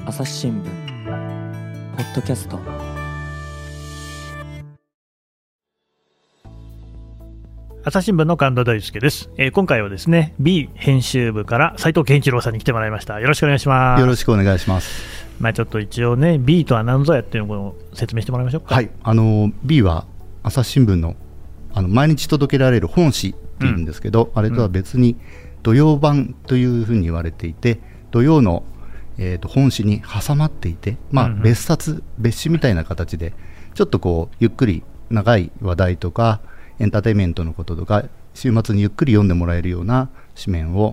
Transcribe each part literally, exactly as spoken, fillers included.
朝日新聞ポッドキャスト。 朝日新聞の神田大輔です、えー、今回はですね B 編集部から斉藤健一郎さんに来てもらいました。よろしくお願いします。 よろしくお願いします。 まあ、ちょっと一応ね B とは何ぞやっていうのを説明してもらいましょうか。 はい、あの B は朝日新聞の、あの毎日届けられる本誌っていうんですけど、うん、あれとは別に土曜版というふうに言われていて、土曜の、えー、と本誌に挟まっていて、まあ、別冊別紙みたいな形でちょっとこうゆっくり長い話題とかエンターテインメントのこととか週末にゆっくり読んでもらえるような紙面を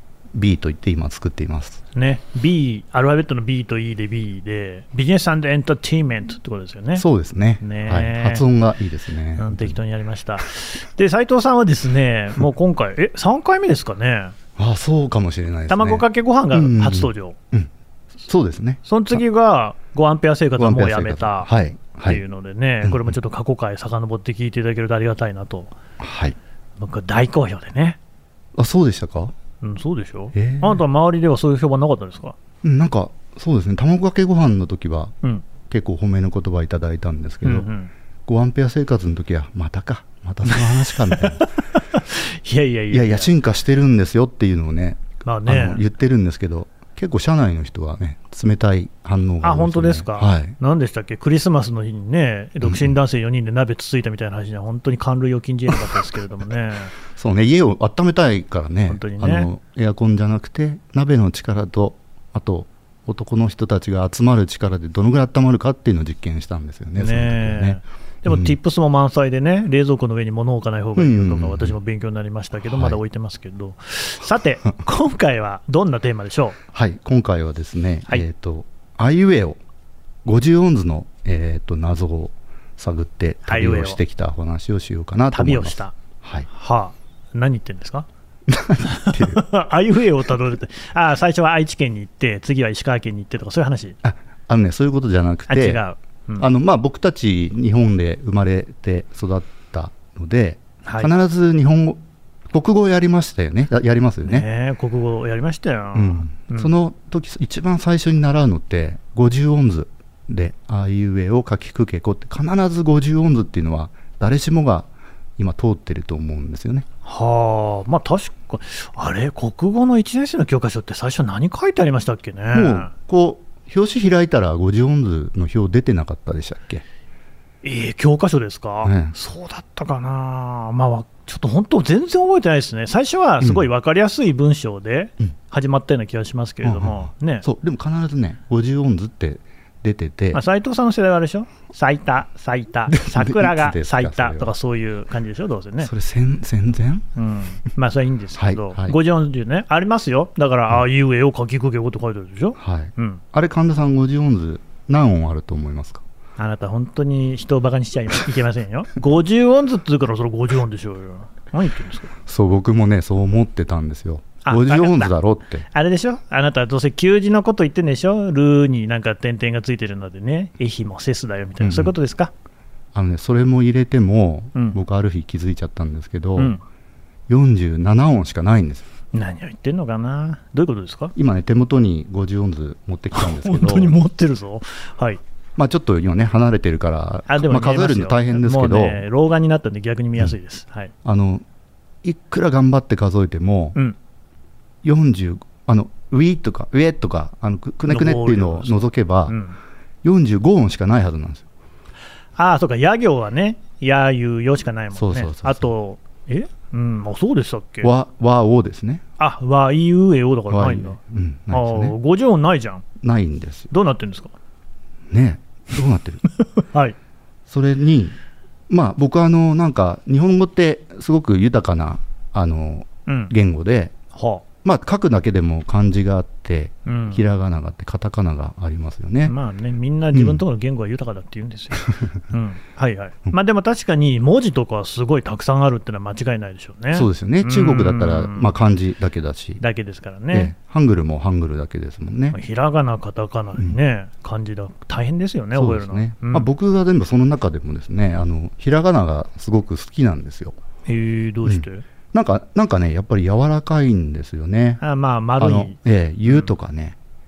B と言って今作っています、 ね、B アルファベットの B と E で B でビジネス&エンターテインメントってことですよね。 そうですね、 ね、 はい、発音がいいですね、 うん、適当にやりました。で斉藤さんはですねもう今回えさんかいめですかね。 ああそうかもしれないですね。 卵かけご飯が初登場、 うんうんうん、そうですね。 その次がごアンペア生活はもうやめたはいっていうのでね、はい、これもちょっと過去回遡って聞いていただけるとありがたいなと、 はい、 僕は大好評でね。 あ、そうでしたか。 うん、そうでしょ、 えー、 あなたは周りではそういう評判なかったですか。 うん、なんかそうですね、卵かけご飯の時は、うん、結構褒めの言葉いただいたんですけど、うんうん、ごアンペア生活の時はまたかまたその話かみたいないやいやいやいやいや進化してるんですよっていうのをね、 まあね、 あの言ってるんですけど、結構社内の人はね冷たい反応がありますね。 あ、本当ですか、 はい、 何でしたっけ、クリスマスの日にね独身男性よにんで鍋つついたみたいな話には本当に感類を禁じなかったですけれどもねそうね、家を温めたいからね、 本当にね、 あのエアコンじゃなくて鍋の力と、あと男の人たちが集まる力でどのぐらい温まるかっていうのを実験したんですよね。 ねその時はね。 でも、うん、Tips も満載でね、冷蔵庫の上に物を置かない方がいいとか、私も勉強になりましたけど、まだ置いてますけど、はい、さて今回はどんなテーマでしょう。 はい、今回はですね、 はい、 えーと、アイウェイをごじゅう音図の、えーと、謎を探って旅をしてきたお話をしようかなと思います。 旅をした、 はい、 はあ、何言ってるんですかアイウェイをたどるって、あ、最初は愛知県に行って次は石川県に行ってとかそういう話。 あ、あのね、そういうことじゃなくて、 あ、違う、うん、あのまあ、僕たち日本で生まれて育ったので、 はい、 必ず日本語国語をやりましたよね。 や, やりますよね。 ね、国語やりましたよ、 うんうん、その時一番最初に習うのってごじゅう音図であいうえおかきくけこって、必ずごじゅう音図っていうのは誰しもが今通ってると思うんですよね。 はあ、まあ確かあれ国語のいちねん生の教科書って最初何書いてありましたっけね。 もうこう表紙開いたらごじゅう音図の表出てなかったでしたっけ。 えー、教科書ですか、ね、そうだったかな。まあちょっと本当全然覚えてないですね。最初はすごい分かりやすい文章で始まったような気がしますけれども、うんね、 そうでも必ずねごじゅう音図って出てて、 まあ、斉藤さんの世代はあれでしょ、咲いた咲いた桜が咲いたとかそういう感じでしょ、どうせね。 それ戦戦前、 うん、まあそれはいいんですけど、 はいはい、 ごじゅう音図ねありますよ。だから、うん、あいうえをかきくけこって書いてあるでしょ、 はい、 うん、 あれ神田さんごじゅう音図何音あると思いますか。 あなた本当に人をバカにしちゃいけませんよごじゅう音図って言うからそれごじゅう音でしょうよ。何言ってるんですか。 そう僕もねそう思ってたんですよ。ごじゅう音図だろって。 あれでしょ、あなたはどうせ給字のこと言ってんでしょ。ルーになんか点々がついてるのでね、えひもセスだよみたいな、うん、そういうことですか。 あのねそれも入れても、うん、僕ある日気づいちゃったんですけど、うん、よんじゅうなな音しかないんですよ。 何を言ってんのかな。どういうことですか。 今ね手元にごじゅう音図持ってきたんですけど本当に持ってるぞ。はい、 まあ、ちょっと今ね離れてるからあでも、 まあ、数えるの大変ですけど、 もうね老眼になったんで逆に見やすいです、うん、はい、あのいくら頑張って数えても、うん、よんじゅうあのウィーとかウェーとかあのくねくねっていうのを除けば、うん、よんじゅうご音しかないはずなんですよ。 ああそうか、や行はねやゆよしかないもんね。 そうそうそうそう。 あとえうんあそうでしたっけ。 わわおですね。 あわいうえおだからないんだ、 うん、ないですね。 あごじゅう音ないじゃん。 ないんですよ。 どうなってるんですかね。どうなってるはい、 それにまあ僕はあのなんか日本語ってすごく豊かなあの、うん、言語で、はあ、まあ書くだけでも漢字があって、うん、ひらがながあってカタカナがありますよね。 まあね、みんな自分のところの言語は豊かだって言うんですよ、うん、はいはい、まあでも確かに文字とかはすごいたくさんあるっていうのは間違いないでしょうね。 そうですよね。中国だったらまあ漢字だけだしだけですからね、 ええ、ハングルもハングルだけですもんね。 ひらがなカタカナにね、うん、漢字だ大変ですよね覚えるの。そうですね、うん、 まあ、僕は全部その中でもですねあのひらがながすごく好きなんですよ。 へえ、どうして、うん、 なんかなんかねやっぱり柔らかいんですよね。 あまあ丸い、 あの、ええ、言うとかね、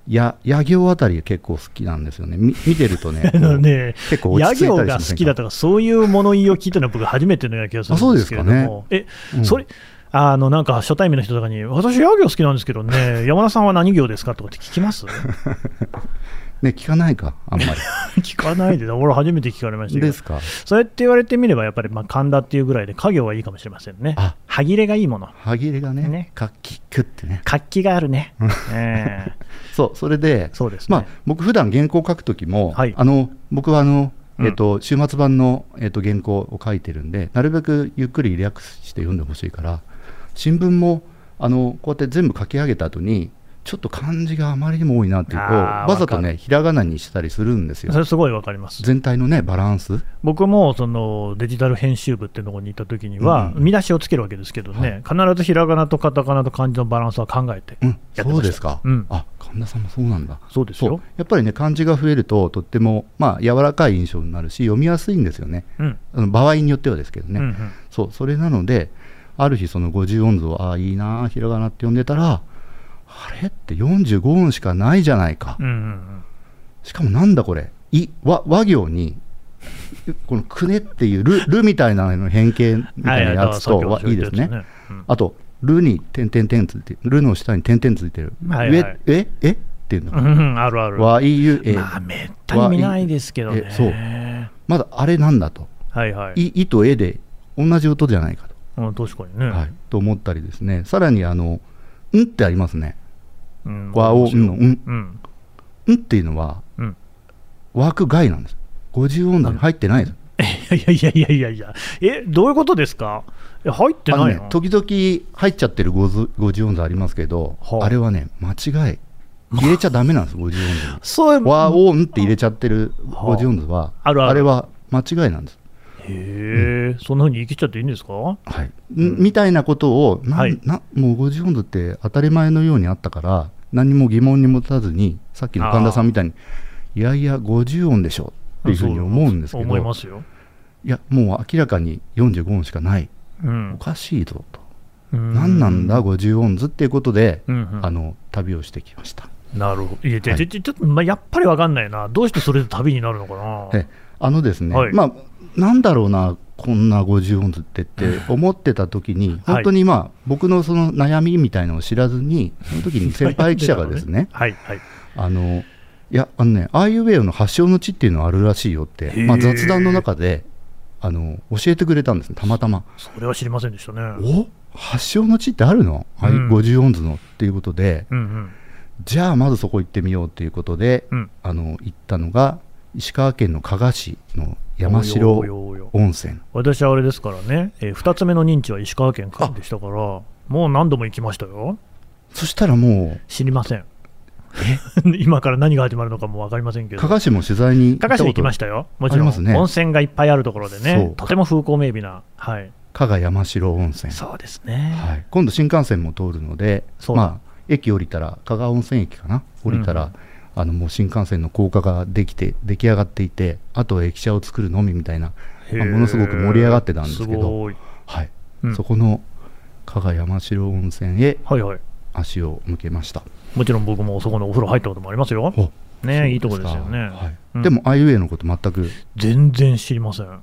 や野行あたり結構好きなんですよね、み見てるとね、 あのね結構落ち着いたりしませんか。 野行が好きだとか、そういう物言いを聞いたのは僕、初めてのような気がするんですけれども、え、うん、それあのなんか初対面の人とかに、私、野行好きなんですけどね、山田さんは何行ですかとかって聞きますね、聞かないか、あんまり。 聞かないで、俺、初めて聞かれましたけど、 ですか。 そうやって言われてみれば、やっぱりまあ神田っていうぐらいで、家業はいいかもしれませんね。あ、歯切れがいいもの。 歯切れがね、ね、活気くってね。 活気があるね。えー、そう、それで、 そうですね、 まあ、僕、普段原稿書くときも、 はい、 あの僕はあの、えーとうん、週末版の、えーと原稿を書いてるんで、なるべくゆっくりリラックスして読んでほしいから、新聞もあのこうやって全部書き上げた後に、ちょっと漢字があまりにも多いなっていうと、わざとね、ひらがなにしたりするんですよ。 それすごいわかります。 全体のね、バランス。 僕もそのデジタル編集部っていうところにいたときには、うん、見出しをつけるわけですけどね、はい、必ずひらがなとカタカナと漢字のバランスは考えてやってました、うん、 そうですか、 うん、 あ、神田さんもそうなんだ。 そうですよ。 やっぱりね、漢字が増えると、とっても、まあ、柔らかい印象になるし、読みやすいんですよね、うん、あの場合によってはですけどね、うんうん、そう、それなので、ある日、そのごじゅう音図を、ああ、いいな、ひらがなって読んでたら、あれってよんじゅうご音しかないじゃないか、うんうんうん、しかもなんだこれ、い和和行にこのくねっていうルルみたいなの変形みたいなやつとはいいですね、うん、あとルに点々点ついてる、ルの下に点々ついてる、はいはい、上ええっていうの、 うん、あるある、 和いゆえ、 まあ、めったに見ないですけどね、 そうまだあれなんだと、 はいはい、 い, いとえで同じ音じゃないかと、 うん、確かにね、 はい、と思ったりですね、さらにあのんってありますね、和音のん、うん、んっていうのは、うん、枠外なんです。ごじゅう音に入ってないです。 いやいやいやいやいや、え、どういうことですか？え、入ってないの？あのね、 時々入っちゃってるごじゅう音図ありますけど、はあ、あれはね、間違い、入れちゃだめなんです、ごじゅう音図に。 そういう和音って入れちゃってるごじゅう音図は、はあ、あるある、あれは間違いなんです。 へえ、うん、そんなふうに生きちゃっていいんですか？はい、うん、みたいなことをな、はい、なもうごじゅう音図って当たり前のようにあったから何も疑問に持たずに、さっきの神田さんみたいにいやいやごじゅう音でしょっていうふうに思うんですけど、 思いますよ。 いやもう明らかによんじゅうご音しかない、うん、おかしいぞと、何なんだごじゅう音図っていうことで、うんうん、あの旅をしてきました。 なるほど。いや、はい、ちょっと、まあ、やっぱり分かんないな、どうしてそれで旅になるのかな。 えあのですね、はい、まあなんだろうな、こんなごじゅう音図ってって思ってた時に、本当にまあ、僕のその悩みみたいのを知らずに、その時に先輩記者がですね、はいはい、あのいや、あのね、あいうえおの発祥の地っていうのはあるらしいよって、まあ、雑談の中であの教えてくれたんですね、たまたま。 それは知りませんでしたね。 お発祥の地ってあるの、うん、ごじゅう音図のっていうことで、うんうん、じゃあまずそこ行ってみようっていうことで、うん、あの行ったのが石川県の加賀市の山城温泉。 私はあれですからね、えー、ふたつめの認知は石川県からでしたから、もう何度も行きましたよ。 そしたらもう知りません。今から何が始まるのかも分かりませんけど、 加賀市も取材に行ったこと加賀市行きましたよ。もちろん、ね、温泉がいっぱいあるところでね、とても風光明媚な、はい、 加賀山城温泉。 そうですね、 はい、今度新幹線も通るので、まあ、駅降りたら加賀温泉駅かな、降りたら、うん、あのもう新幹線の高架ができて出来上がっていて、あとは駅舎を作るのみみたいな、まあ、ものすごく盛り上がってたんですけど、はい、うん、そこの加賀山城温泉へ足を向けました。 もちろん僕もそこのお風呂入ったこともありますよ。ね、いいとこですよね。はい、 うん、でもあいうえのこと全く全然知りません。はい、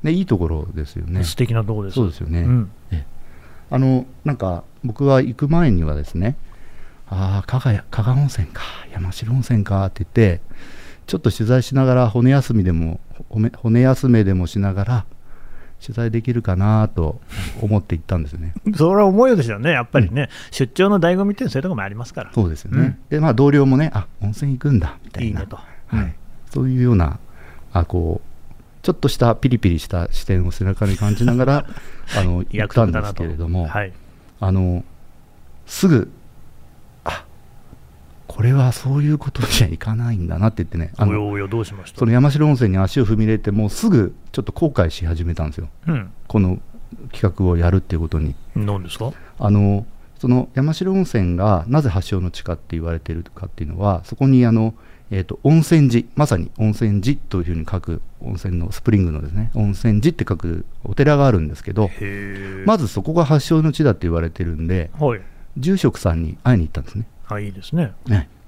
ね、いいところですよね。 素敵なところです。 そうですよね。うん、えあのなんか僕は行く前にはですね、ああ加賀加賀温泉か山城温泉かって言ってちょっと取材しながら骨休みでも骨休めでもしながら取材できるかなと思って行ったんですよね。 それは思うようですよね、やっぱりね、うん、出張の醍醐味ってそういうところもありますから。 そうですよね、うん、でまあ、同僚もね、あ温泉行くんだみたいな、いいねと、はい、うん、そういうようなあこうちょっとしたピリピリした視点を背中に感じながらあの行ったんですけれども、はい、あのすぐあこれはそういうことじゃいかないんだなって言ってね、あのおよおよどうしました？ その山城温泉に足を踏み入れてもうすぐちょっと後悔し始めたんですよ、うん、この企画をやるっていうことに。 何ですか？ あのその山城温泉がなぜ発祥の地かって言われているかっていうのは、そこにあの、えーと、温泉寺、まさに温泉寺というふうに書く温泉のスプリングのですね、温泉寺って書くお寺があるんですけど、まずそこが発祥の地だって言われてるんで、はい、住職さんに会いに行ったんですね。 あ、いいですね。 ね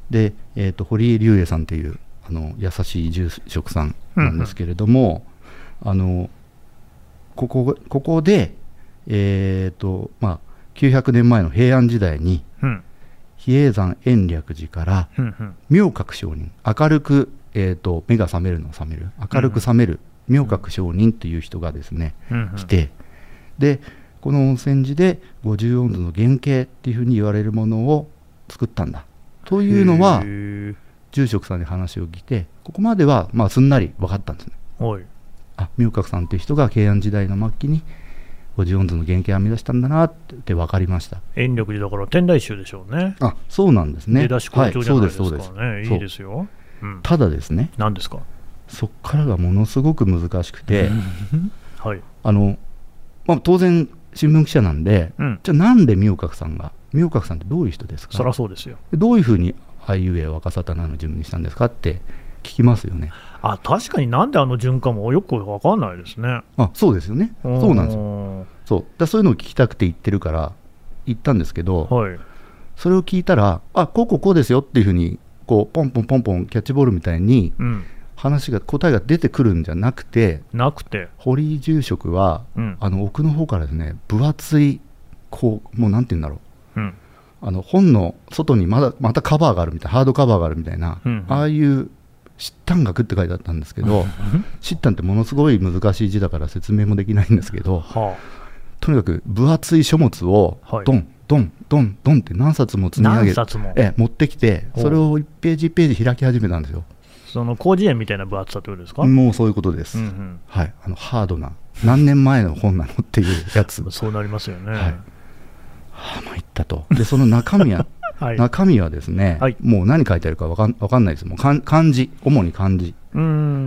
で、えー、と堀江龍英さんというあの優しい住職さんなんですけれども、うんうん、あのここ、ここで、えーとまあ、きゅうひゃくねんまえの平安時代に、うん、比叡山延暦寺から、うんうん、明覚上人、明るく、えー、と目が覚めるのを覚める明るく覚める、うん、明覚上人という人がですね、うんうん、来て、でこの温泉寺で五十音図の原型っていうふうに言われるものを作ったんだというのは住職さんに話を聞いて、ここまではまあすんなり分かったんですね。おい、あ、明覚さんという人が平安時代の末期に五十音図の原型を編み出したんだなって分かりました。 延暦寺だから天台宗でしょうね。 あ、そうなんですね。 出だし好調じゃないですかね、はい、そうですそうです。いいですよ、 うん、ただですね、 何ですか、 そっからがものすごく難しくてはい、 あの、まあ、当然新聞記者なんで、うん、じゃあなんで明覚さんが、明覚さんってどういう人ですか、 そりゃそうですよ、 どういうふうにあいうえ若沙汰なの順にしたんですかって聞きますよね。 あ、確かになんであの順かもよく分かんないですね。 あ、そうですよね、そうなんですよ。そうだ、そういうのを聞きたくて言ってるから言ったんですけど、はい、それを聞いたら、あ、こうこうこうですよっていうふうにこうポンポンポンポンキャッチボールみたいに、うん、話が答えが出てくるんじゃなくて、 なくて堀井住職は、うん、あの奥の方からですね、分厚いこうもうなんて言うんだろう、うん、あの本の外にまだまたカバーがあるみたいな、ハードカバーがあるみたいな、うんうん、ああいう漆炭学って書いてあったんですけど、漆炭ってものすごい難しい字だから説明もできないんですけど、はあ、とにかく分厚い書物をドン、はい、ドンドンドンって何冊も積み上げてえ持ってきて、それをいちページいちページ開き始めたんですよ。 その広辞苑みたいな分厚さってことですか。 もうそういうことです、うんうん、はい、あのハードな何年前の本なのっていうやつそうなりますよね、はい、 はあ、まあ、いったと。でその中身は、はい、中身はですね、はい、もう何書いてあるか分かん、分かんないです。もう漢字、主に漢字、うん、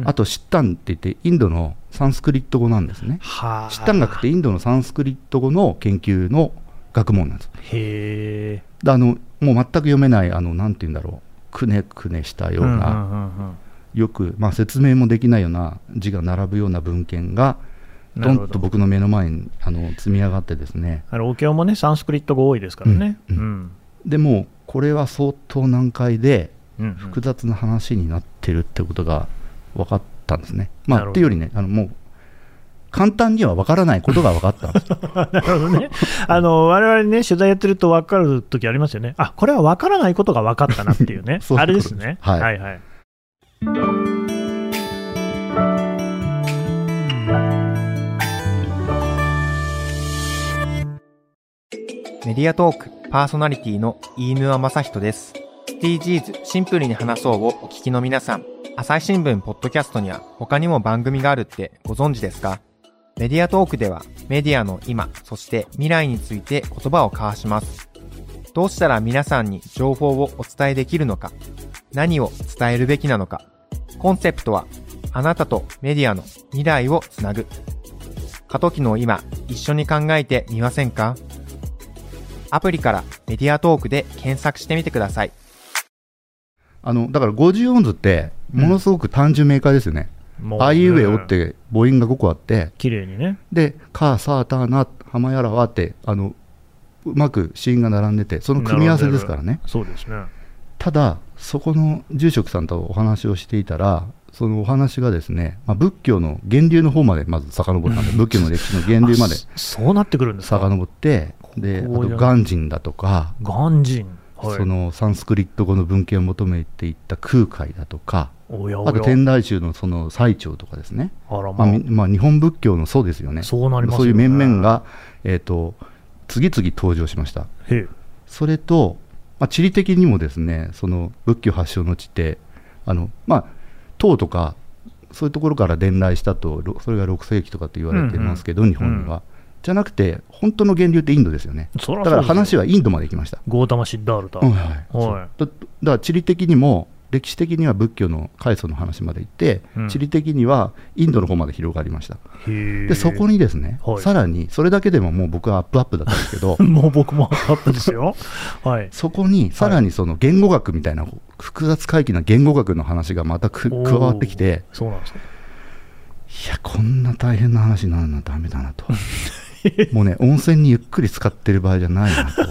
あと漆炭って言ってインドのサンスクリット語なんですね。漆炭学ってインドのサンスクリット語の研究の学問なんです。へー。であのもう全く読めない、あのなんていうんだろう、くねくねしたような、うんうんうんうん、よく、まあ、説明もできないような字が並ぶような文献がどんと僕の目の前にあの積み上がってですね、 あのお経もねサンスクリット語多いですからね、うんうんうん、 でもこれは相当難解で複雑な話になってるってことが分かったんですね、まあ、っていうよりね、あのもう簡単には分からないことが分かったんですなるほどね。 あの我々ね取材やってると分かるときありますよね。あ、これは分からないことが分かったなっていうねあれですね、はい、はいはい。 メディアトークパーソナリティの飯沼正人です。エスディージーズ シンプルに話そうをお聞きの皆さん、朝日新聞ポッドキャストには他にも番組があるってご存知ですか？メディアトークではメディアの今、そして未来について言葉を交わします。どうしたら皆さんに情報をお伝えできるのか、何を伝えるべきなのか、コンセプトはあなたとメディアの未来をつなぐ。過渡期の今、一緒に考えてみませんか？アプリからメディアトークで検索してみてください。 あのだからごじゅう音図ってものすごく単純明快ですよね、うん、あいうえおって母音がごこあって綺麗にね、 でカーサーターナハマヤラワってあのうまく子音が並んでて、その組み合わせですからね。 そうですね。 ただそこの住職さんとお話をしていたら、そのお話がですね、まあ、仏教の源流の方までまず遡ったんで、仏教の歴史の源流までそうなってくるんですか。 遡って、であと鑑真だとか、 鑑真、はい、 そのサンスクリット語の文献を求めていった空海だとか、おやおや、あと天台宗のその最澄とかですね、あら、まあまあ、まあ日本仏教のそうですよね。 そうなりますよね。 そういう面々が、えーと、次々登場しました。へそれと、まあ、地理的にもですね、その仏教発祥の地ってあの、まあ、唐とかそういうところから伝来したと、それがろくせいきとかって言われてますけど、うんうん、日本には、うん、じゃなくて本当の源流ってインドですよね。だから話はインドまで行きました。 ゴータマ・シッダールタ、 うん、はいはい、だ, だから地理的にも歴史的には仏教の開祖の話まで行って、うん、地理的にはインドの方まで広がりました。でそこにですね、はい、さらにそれだけでももう僕はアップアップだったんですけどもう僕もアップアップですよ、はい、 そこにさらにその言語学みたいな複雑回帰な言語学の話がまたく加わってきて、 そうなんですか。 いやこんな大変な話になるのはダメだなともうね温泉にゆっくり使ってる場合じゃないなと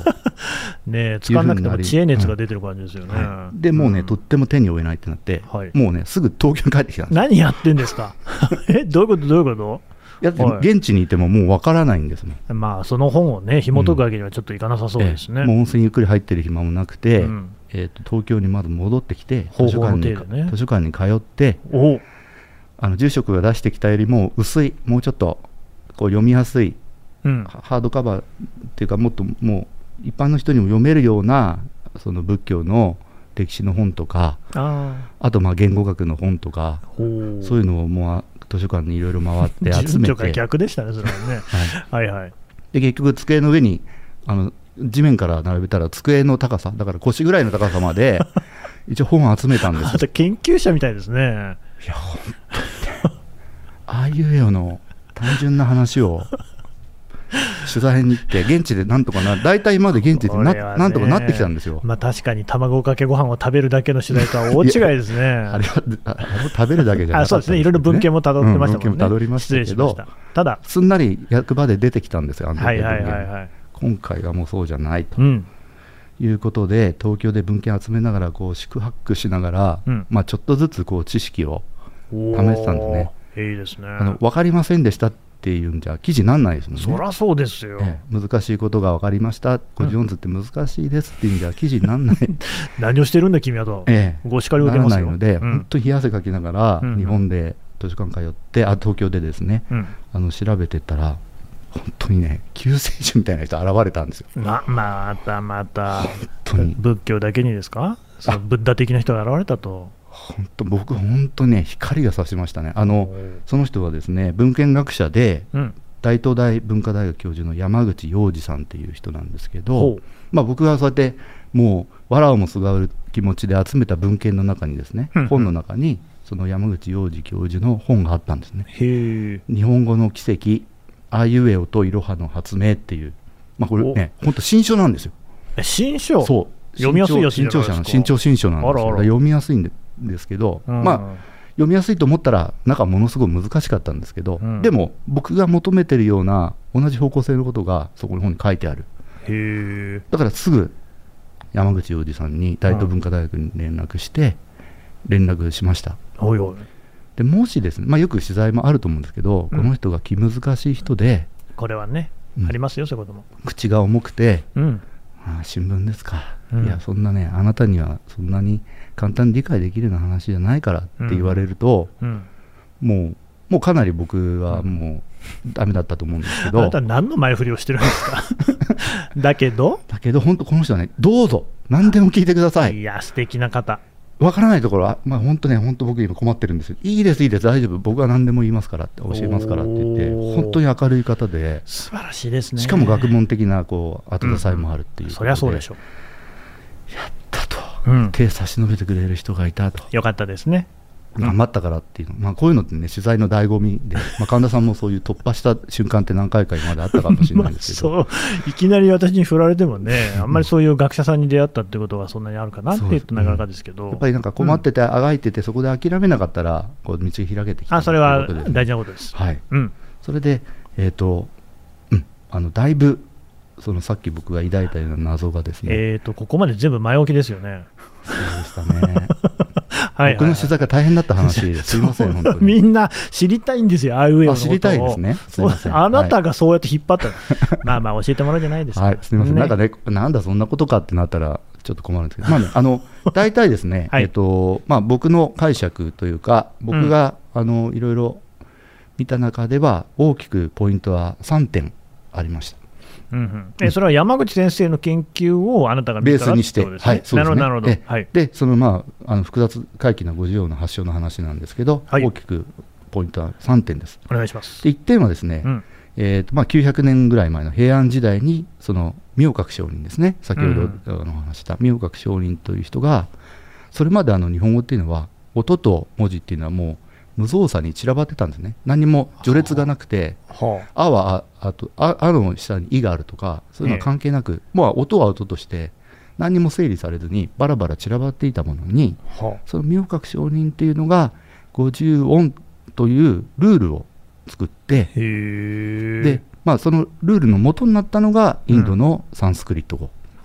ねえ、使わなくても知恵熱が出てる感じですよね。 はい、でもうね、うん、とっても手に負えないってなって、はい、もうねすぐ東京に帰ってきたんです。 何やってんですかえ、どういうことどういうこと？ いや現地にいてももうわからないんですもん。 まあその本をね紐解くわけにはちょっといかなさそうですね。 うん、もう温泉ゆっくり入ってる暇もなくて、うん、えー、と東京にまず戻ってきて図書館に、ね、図書館に通って、おあの住職が出してきたよりも薄い、もうちょっとこう読みやすい、うん、ハードカバーっていうか、もっともう一般の人にも読めるようなその仏教の歴史の本とか、 あ, あとまあ言語学の本とか、そういうのをもう図書館にいろいろ回って集めて逆でしたね、それはねはい、はいはい、 で結局机の上にあの地面から並べたら机の高さだから腰ぐらいの高さまで一応本を集めたんです。 あと研究者みたいですね。いや本当にねああいうような単純な話を取材に行って現地でなんとかな、大体今まで現地で な,、ね、なんとかなってきたんですよ。 まあ、確かに卵かけご飯を食べるだけの取材とは大違いですね。 あれはあれ食べるだけじゃなかったんです、ね、あそうですね、 いろいろ文献もたどってましたもんね。 うん、文献もたどりましたけど、ただすんなり役場で出てきたんですよ、あの時、はいはいはいはい、今回はもうそうじゃないと、うん、いうことで東京で文献集めながらこう宿泊しながら、うん、まあ、ちょっとずつこう知識を試してたんですね。 いいですね。 あの分かりませんでしたっていうんじゃ記事なんないですもんね。 そりゃそうですよ、 ええ、難しいことが分かりました、ごじよん図って難しいですっていうんじゃ記事になんない何をしてるんだ君はと、ええ、ご叱りを受けますよ。 ならないので、うん、本当に冷や汗かきながら、うん、日本で図書館通ってあ東京でですね、うん、あの調べてったら本当にね救世主みたいな人現れたんですよ。 ままたまた本当に仏教だけにですか、そのブッダ的な人が現れたと。 本当僕本当ね光が差しましたね。あのその人はですね文献学者で、うん、大東大文化大学教授の山口洋二さんっていう人なんですけど、まあ、僕がそうやってもう藁をもすがる気持ちで集めた文献の中にですね、うんうん、本の中にその山口洋二教授の本があったんですね。へ日本語の奇跡あいうえおといろはの発明っていう、まあ、これね本当新書なんですよ。 新書？ そう読みやすいやつじゃないですか。 新潮社の新潮新書なんですよ。あらあら読みやすいんですけど、うん、まあ読みやすいと思ったら中ものすごい難しかったんですけど、うん、でも僕が求めてるような同じ方向性のことがそこの本に書いてある。へだからすぐ山口洋二さんに大東文化大学に連絡して連絡しました。うん、おいおいでもしですね、まあ、よく取材もあると思うんですけど、うん、この人が気難しい人でこれはね、うん、ありますよそういうことも。 口が重くて、うん、ああ新聞ですか、うん、いやそんなねあなたにはそんなに簡単に理解できるような話じゃないからって言われると、うんうん、もうもうかなり僕はもうダメだったと思うんですけど、 あなたは何の前振りをしてるんですかだけどだけど本当この人はねどうぞ何でも聞いてください。 いや素敵な方。 わからないところは、まあ、本当ね本当僕今困ってるんですよ。いいですいいです大丈夫僕は何でも言いますからって教えますからって言って本当に明るい方で素晴らしいですね。 しかも学問的なこう後支えもあるっていう、うん、 そりゃそうでしょう。やったと、うん、手差し伸べてくれる人がいたと。 よかったですね。 頑張ったからっていうの、まあ、こういうのってね取材の醍醐味で、まあ、神田さんもそういう突破した瞬間って何回か今まであったかもしれないですけどまあそういきなり私に振られてもねあんまりそういう学者さんに出会ったってことがそんなにあるかなって言うとなかなかですけど、うん、 やっぱりなんか困っててあがいてて、うん、そこで諦めなかったらこう道を開けてきた、ね、 あそれは大事なことです、 はいうん、それで、えーとうん、あのだいぶそのさっき僕が抱いたような謎がですね、 えーとここまで全部前置きですよね。 そうでしたねはいはい、僕の取材が大変だった話です。すいません本当にみんな知りたいんですよあいうえおのことを。 知りたいですね。すいませんあなたがそうやって引っ張った、はい、まあまあ教えてもらうじゃないですか。 はいすみません、ね、なんかねなんだそんなことかってなったらちょっと困るんですけど、まあね、あの大体ですね、はいえっとまあ、僕の解釈というか僕が、うん、あのいろいろ見た中では大きくポイントはさんてんありました。 うんうんえそれは山口先生の研究をあなたが見たらベースにして、 ねはい、そうですね、なるほどなるほど、はい、 でその、まあ、あの複雑回帰な五十音の発祥の話なんですけど、はい、大きくポイントはさんてんです。 お願いします。 でいってんはですね、うんえーとまあ、きゅうひゃくねんぐらい前の平安時代にその明覚上人ですね先ほどの話した明覚上人という人がそれまであの日本語っていうのは音と文字っていうのはもう無造作に散らばってたんですね。何も序列がなくて、はあ、あはあ、あとあ、あの下にいがあるとかそういうのは関係なく、ええ、もう音は音として何も整理されずにバラバラ散らばっていたものに、はあ、その明覚上人っていうのが五十音というルールを作ってで、まあ、そのルールの元になったのがインドのサンスクリット語、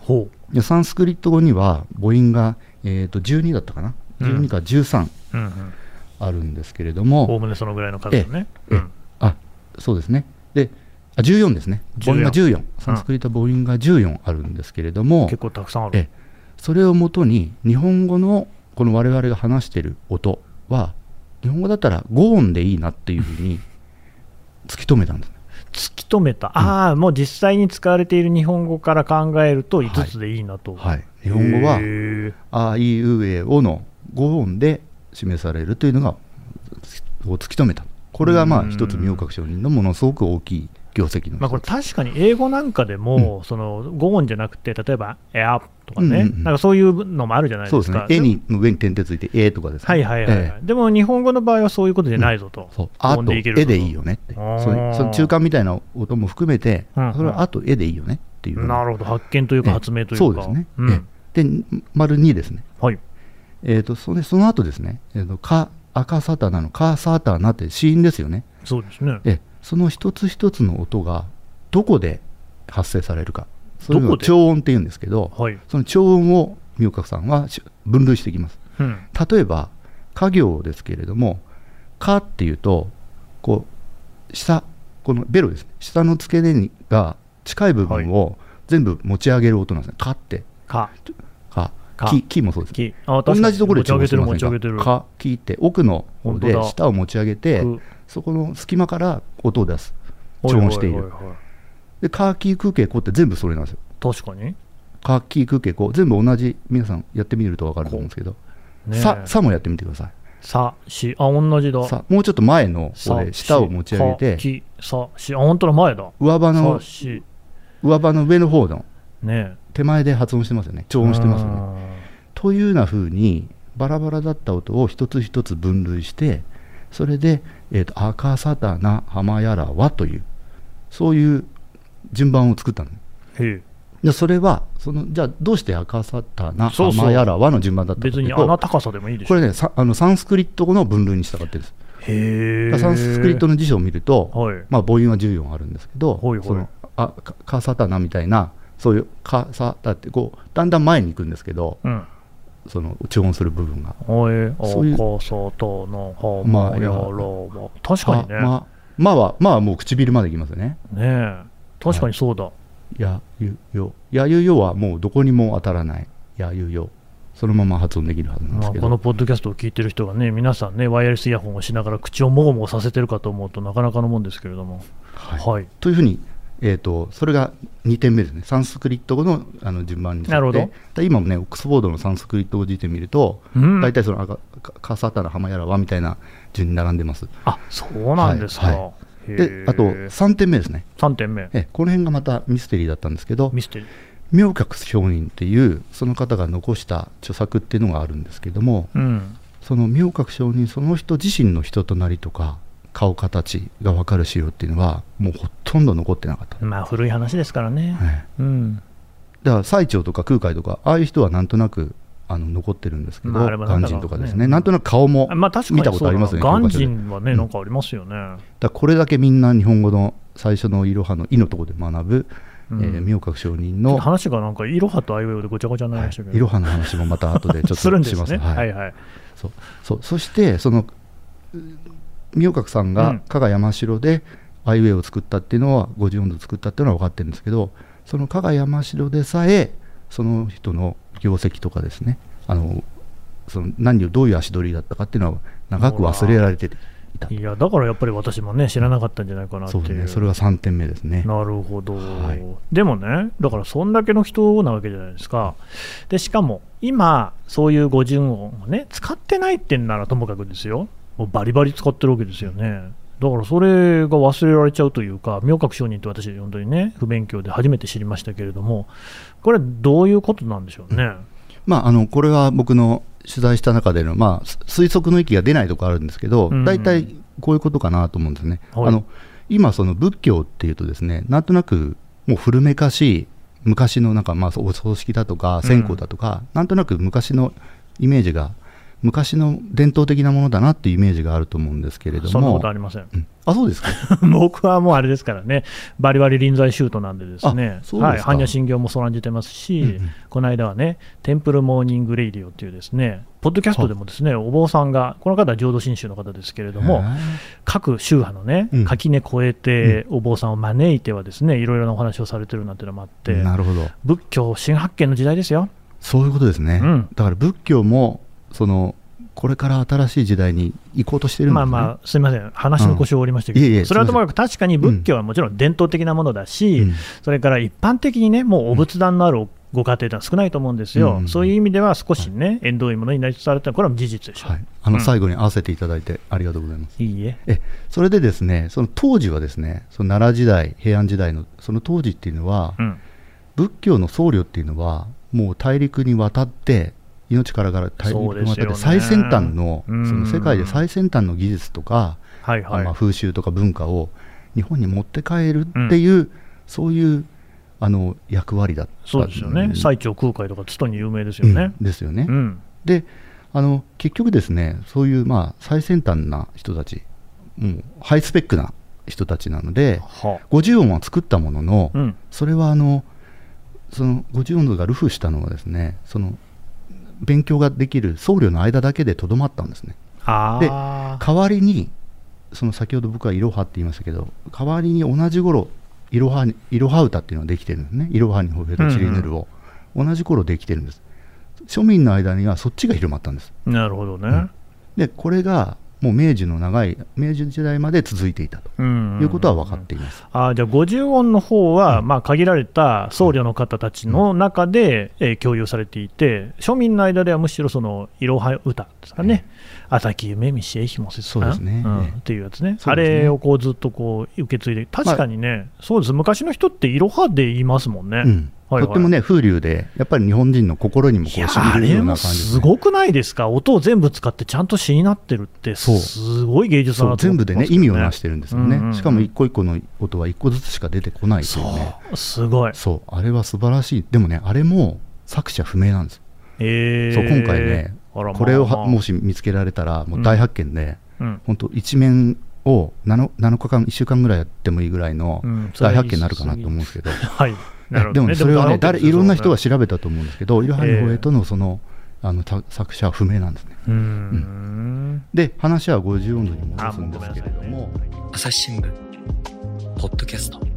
ほう。 でサンスクリット語には母音が、えー、とじゅうにだったかな、じゅうにかじゅうさんうんうん、 あるんですけれども、 おおむねそのぐらいの数だね。 ええうん、 あそうですね。であじゅうよんですね。母音がじゅうよん、サンスクリット母音がじゅうよんあるんですけれども、 結構たくさんある。 えそれをもとに日本語のこの我々が話している音は日本語だったらご音でいいなっていうふうに突き止めたんです。 突き止めた、うん、ああ、もう実際に使われている日本語から考えるといつつでいいなと、 はいはい、日本語はあいうえおのご音で示されるというのがを突き止めた。これがまあ一つ明覚上人のものすごく大きい業績の、 まあ、これ確かに英語なんかでも、うん、そのご音じゃなくて例えばエアとかね、うんうんうん、なんかそういうのもあるじゃないですか。 そうですね。えにの上に点々ついてえとかですね。 はいはいはい、はいえー、でも日本語の場合はそういうことじゃないぞと、うん、 そうあとえでいいよねって、そのその中間みたいな音も含めて、うんうん、それはあとえでいいよねっていう。 なるほど。発見というか発明というか、 そうですね、うん、で丸にですね、 はいえー、と そ, れその後ですね、えー、とカ赤サタナのカサタナって子音ですよね。 そうですね。 えその一つ一つの音がどこで発生されるか、それを超音っていうんですけど、はい、その超音を明覚さんは分類していきます、うん、例えば家行ですけれども、かっていうとこう下このベロですね、下の付け根が近い部分を全部持ち上げる音なんですね。かってかかききもそうです。 あ同じところで持ち上げてる持ち上げてる。 かきって奥の方で下を持ち上げて、そこの隙間から音を出す、超音している。おいおいおいおい。でカーキー空景こうって全部それなんですよ。 確かにカーキー空景こう全部同じ。皆さんやってみると分かると思うんですけど、ささもやってみてください。 さしあ同じだ。 さもうちょっと前の方で下を持ち上げて、 きさしあ本当の前だ。 上歯の上歯の上の方のね手前で発音してますよね。超音してますよね。というような風にバラバラだった音を一つ一つ分類して、それで、えーと、赤サタナハマヤラワというそういう順番を作ったの。 へでそれはそのじゃあどうして赤サタナハマヤラワの順番だったかというと、 別にあの高さでもいいでしょ。 これねさあのサンスクリット語の分類に従ってるんです。 へー。 サンスクリットの辞書を見ると、 はい、 まあ、母音はじゅうよんあるんですけど、 はいはい、 そのあカサタナみたいなそういうカサタってこうだんだん前に行くんですけど、うん、その超音する部分がそういう赤サタナハマヤラワ、確かにね。 まあまあはまあもう唇までいきますよね。 ねえ確かにそうだ。はい、 やゆよやゆよはもうどこにも当たらない。やゆよそのまま発音できるはずなんですけど、 まあ、このポッドキャストを聞いてる人がね、皆さんねワイヤレスイヤホンをしながら口をもごもごさせてるかと思うとなかなかのもんですけれども、 はいはい、というふうに、えーと、それがにてんめですね。サンスクリット語 の, あの順番に沿って今もねオックスフォードのサンスクリット語辞典見ると、うん、大体その赤カサタナハマヤラワみたいな順に並んでます。 あそうなんですか、はいはい、 であとさんてんめですね。 さんてんめえこの辺がまたミステリーだったんですけど、 ミステリー明覚上人っていうその方が残した著作っていうのがあるんですけども、うん、その明覚上人その人自身の人となりとか顔形が分かる資料っていうのはもうほとんど残ってなかった。 まあ古い話ですからね、はいうん、 だから最澄とか空海とかああいう人はなんとなくあの残ってるんですけど、 まあ、 鑑真とかですね、なんとなく顔も見たことありますよね。 鑑真はね、なんかありますよね。 だこれだけみんな日本語の最初のいろはのいのところで学ぶ、うんえー、明覚上人の話がなんかいろはとあいうえおでごちゃごちゃになりましたけど、 いろはの話もまた後でちょっとするんですね。 します。 はいはいはい、 そうそうそしてその明覚さんが加賀山城であいうえおを作ったっていうのはごじゅうよんど作ったっていうのは分かってるんですけど、その加賀山城でさえその人の業績とかですね、あのその何をどういう足取りだったかっていうのは長く忘れられていた。 いやだからやっぱり私もね知らなかったんじゃないかなっていう。 そうね、それがさんてんめですね。 なるほど、はい、でもねだからそんだけの人なわけじゃないですか。でしかも今そういう語順をね使ってないってんならともかくですよ、もうバリバリ使ってるわけですよね。だからそれが忘れられちゃうというか、明覚上人って私本当にね不勉強で初めて知りましたけれども、これどういうことなんでしょうね。うんまあ、あのこれは僕の取材した中での、まあ、推測の域が出ないところあるんですけど、大体こういうことかなと思うんですね。はい、あの今その仏教っていうとですね、なんとなくもう古めかしい昔のなんかまあお葬式だとか線香だとか、うん、なんとなく昔のイメージが昔の伝統的なものだなっていうイメージがあると思うんですけれども。 そんなことありません、 うん、あ、そうですか僕はもうあれですからね、バリバリ臨在宗徒なんでですね、はい、般若心経もそらんじてますし、うんうん、この間はね、テンプルモーニングレイディオっていうですね、ポッドキャストでもですね、お坊さんが、この方は浄土真宗の方ですけれども、各宗派のね、 うん、 垣根越えて、お坊さんを招いてはですね、いろいろなお話をされてるなんていうのもあって、 なるほど、 仏教新発見の時代ですよ。 そういうことですね、うん、だから仏教もそのこれから新しい時代に行こうとしてるんですね。 まあまあ、すみません、話の腰を折りましたけど、うん、いえいえ、それはともかく確かに仏教はもちろん伝統的なものだし、うん、それから一般的にね、もうお仏壇のあるご家庭というのは少ないと思うんですよ、うん、そういう意味では少しね、縁遠いものになりつつあるというのは、これは事実でしょう、はい、 あの最後に合わせていただいてありがとうございます。 いいえ。 えそれでですね、その当時はですね、その奈良時代、平安時代のその当時っていうのは、うん、仏教の僧侶っていうのは、もう大陸に渡って、命からがら大陸に渡って最先端の、その世界で最先端の技術とか、はいはい、まあ、風習とか文化を日本に持って帰るっていう、うん、そういうあの役割だった。 そうですよね、最澄空海とか津とに有名ですよね、 うん、ですよね、 うん、 であの結局ですね、そういう、まあ、最先端な人たち、もうハイスペックな人たちなので、はあ、ごじゅう音は作ったものの、うん、それはあのそのごじゅう音が流布したのはですね、その勉強ができる僧侶の間だけでとどまったんですね。 あで代わりに、その先ほど僕はイロハって言いましたけど、代わりに同じ頃イロハにイロハ歌っていうのができてるんですね。イロハにほべとチリヌルを、うんうん、同じ頃できてるんです。庶民の間にはそっちが広まったんです。 なるほどね、うん、 でこれがもう明治の長い明治時代まで続いていたということは分かっています。 あじゃあごじゅう音の方は、うん、まあ限られた僧侶の方たちの中で、うん、えー、共有されていて、庶民の間ではむしろそのいろは歌ですかね、うん、朝木夢見しえひもせつそうですね、 うん、っていうやつ ね, ねあれをこうずっとこう受け継いで、確かにね、まあ、そうです、昔の人っていろはで言いますもんね、うん、はいはい、 とってもね風流で、やっぱり日本人の心にもこう染みるような感じです、ね、 すごくないですか、音を全部使ってちゃんと詩になってるって、すごい芸術だなと思ってますけどね。そう全部でね意味をなしてるんですよね、うんうんうん、しかも一個一個の音は一個ずつしか出てこないというね。 そうすごい、 そうあれは素晴らしい。でもね、あれも作者不明なんです、 えー、 そう今回ね、まあ、これをもし見つけられたらもう大発見で、うん、本当一面を 7, なのかかんいっしゅうかんぐらいやってもいいぐらいの大発見になるかなと思うんですけど、うん、 はいね、 でもそれはね、誰いろんな人が調べたと思うんですけど、イロハニホエとのその、あの作者は不明なんですね。うん、うん、で話はごじゅう音に戻すんですけれども、 朝日新聞ポッドキャスト、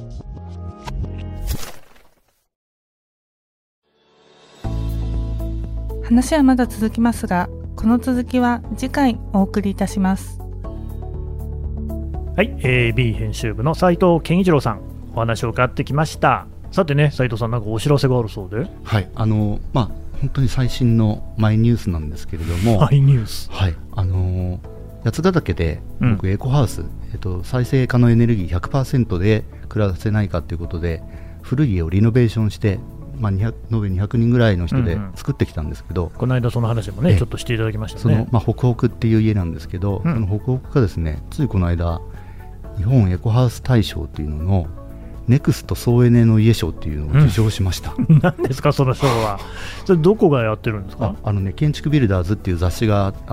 話はまだ続きますが、この続きは次回お送りいたします。 はい、えー、B 編集部の斉藤健一郎さん、お話を伺ってきました。さてね、斉藤さん、なんかお知らせがあるそうで。 はい、あのまあ本当に最新のマイニュースなんですけれども、 マイニュース、 はい、あの八ヶ岳で僕、うん、エコハウス、えっと、再生可能エネルギー ひゃくパーセント で暮らせないかということで、古い家をリノベーションして、まあ、にひゃく延べにひゃくにんぐらいの人で作ってきたんですけど、うんうん、 この間その話もねちょっとしていただきましたね。 その、まあ、北北っていう家なんですけど、うん、その北北がですね、ついこの間日本エコハウス大賞というののネクスト総エネの家賞っていうのを受賞しました、 うん、何ですかその賞は。それどこがやってるんですか。 ああの、ね、建築ビルダーズっていう雑誌があって、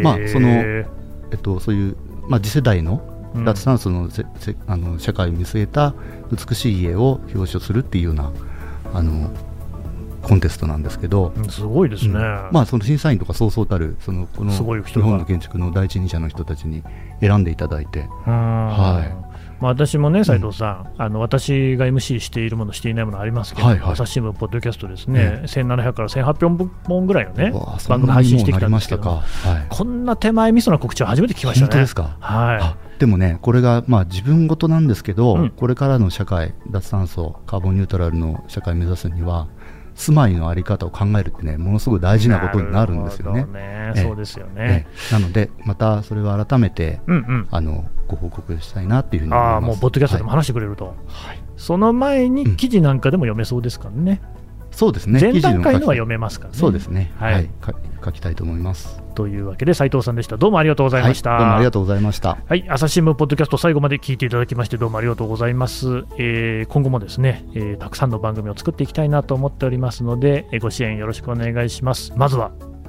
まあそのえっと、そういう、まあ、次世代の脱炭素の、うん、せせあの社会を見据えた美しい家を表彰するっていうようなあのコンテストなんですけど、 すごいですね、うん、 まあ、その審査員とかそうそうたるそのこの日本の建築の第一人者の人たちに選んでいただいて、はいまあ、私もね、斉藤さん、うん、あの私が エムシー しているものしていないものありますけど、はいはい、朝日新聞ポッドキャストですね、うん、せんななひゃくからせんはっぴゃくほんぐらいのね番組配信してきたんですけど、はい、こんな手前味噌な告知は初めて聞きましたね。 本当ですか。 はい、 でもね、これがまあ自分事なんですけど、うん、これからの社会、脱炭素カーボンニュートラルの社会を目指すには住まいの在り方を考えるってね、ものすごい大事なことになるんですよね。 ね、そうですよね。 なのでまたそれを改めて、うんうん、あのご報告したいなっていうふうに思います。 あ、もうポッドキャストでも話してくれると、はい、その前に記事なんかでも読めそうですからね、 うん、そうですね、 前段階のは読めますからね。 そうですね、はいはい、書きたいと思います。 というわけで斉藤さんでした。どうもありがとうございました。 はい、どうもありがとうございました。 はい、朝日新聞ポッドキャスト最後まで聞いていただきましてどうもありがとうございます。えー、今後もですね、えー、たくさんの番組を作っていきたいなと思っておりますので、えー、ご支援よろしくお願いします。まずは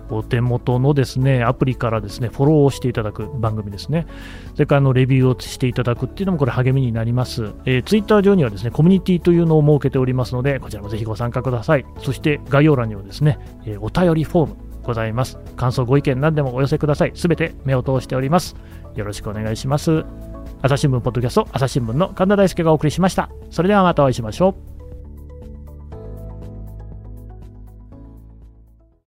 お手元のですねアプリからですねフォローをしていただく番組ですね。それからあのレビューをしていただくっていうのもこれ励みになります。えー、ツイッター上にはですねコミュニティというのを設けておりますので、こちらもぜひご参加ください。そして概要欄にはですね、えー、お便りフォームございます。感想ご意見何でもお寄せください。すべて目を通しております。よろしくお願いします。朝日新聞ポッドキャスト、朝日新聞の神田大輔がお送りしました。それではまたお会いしましょう。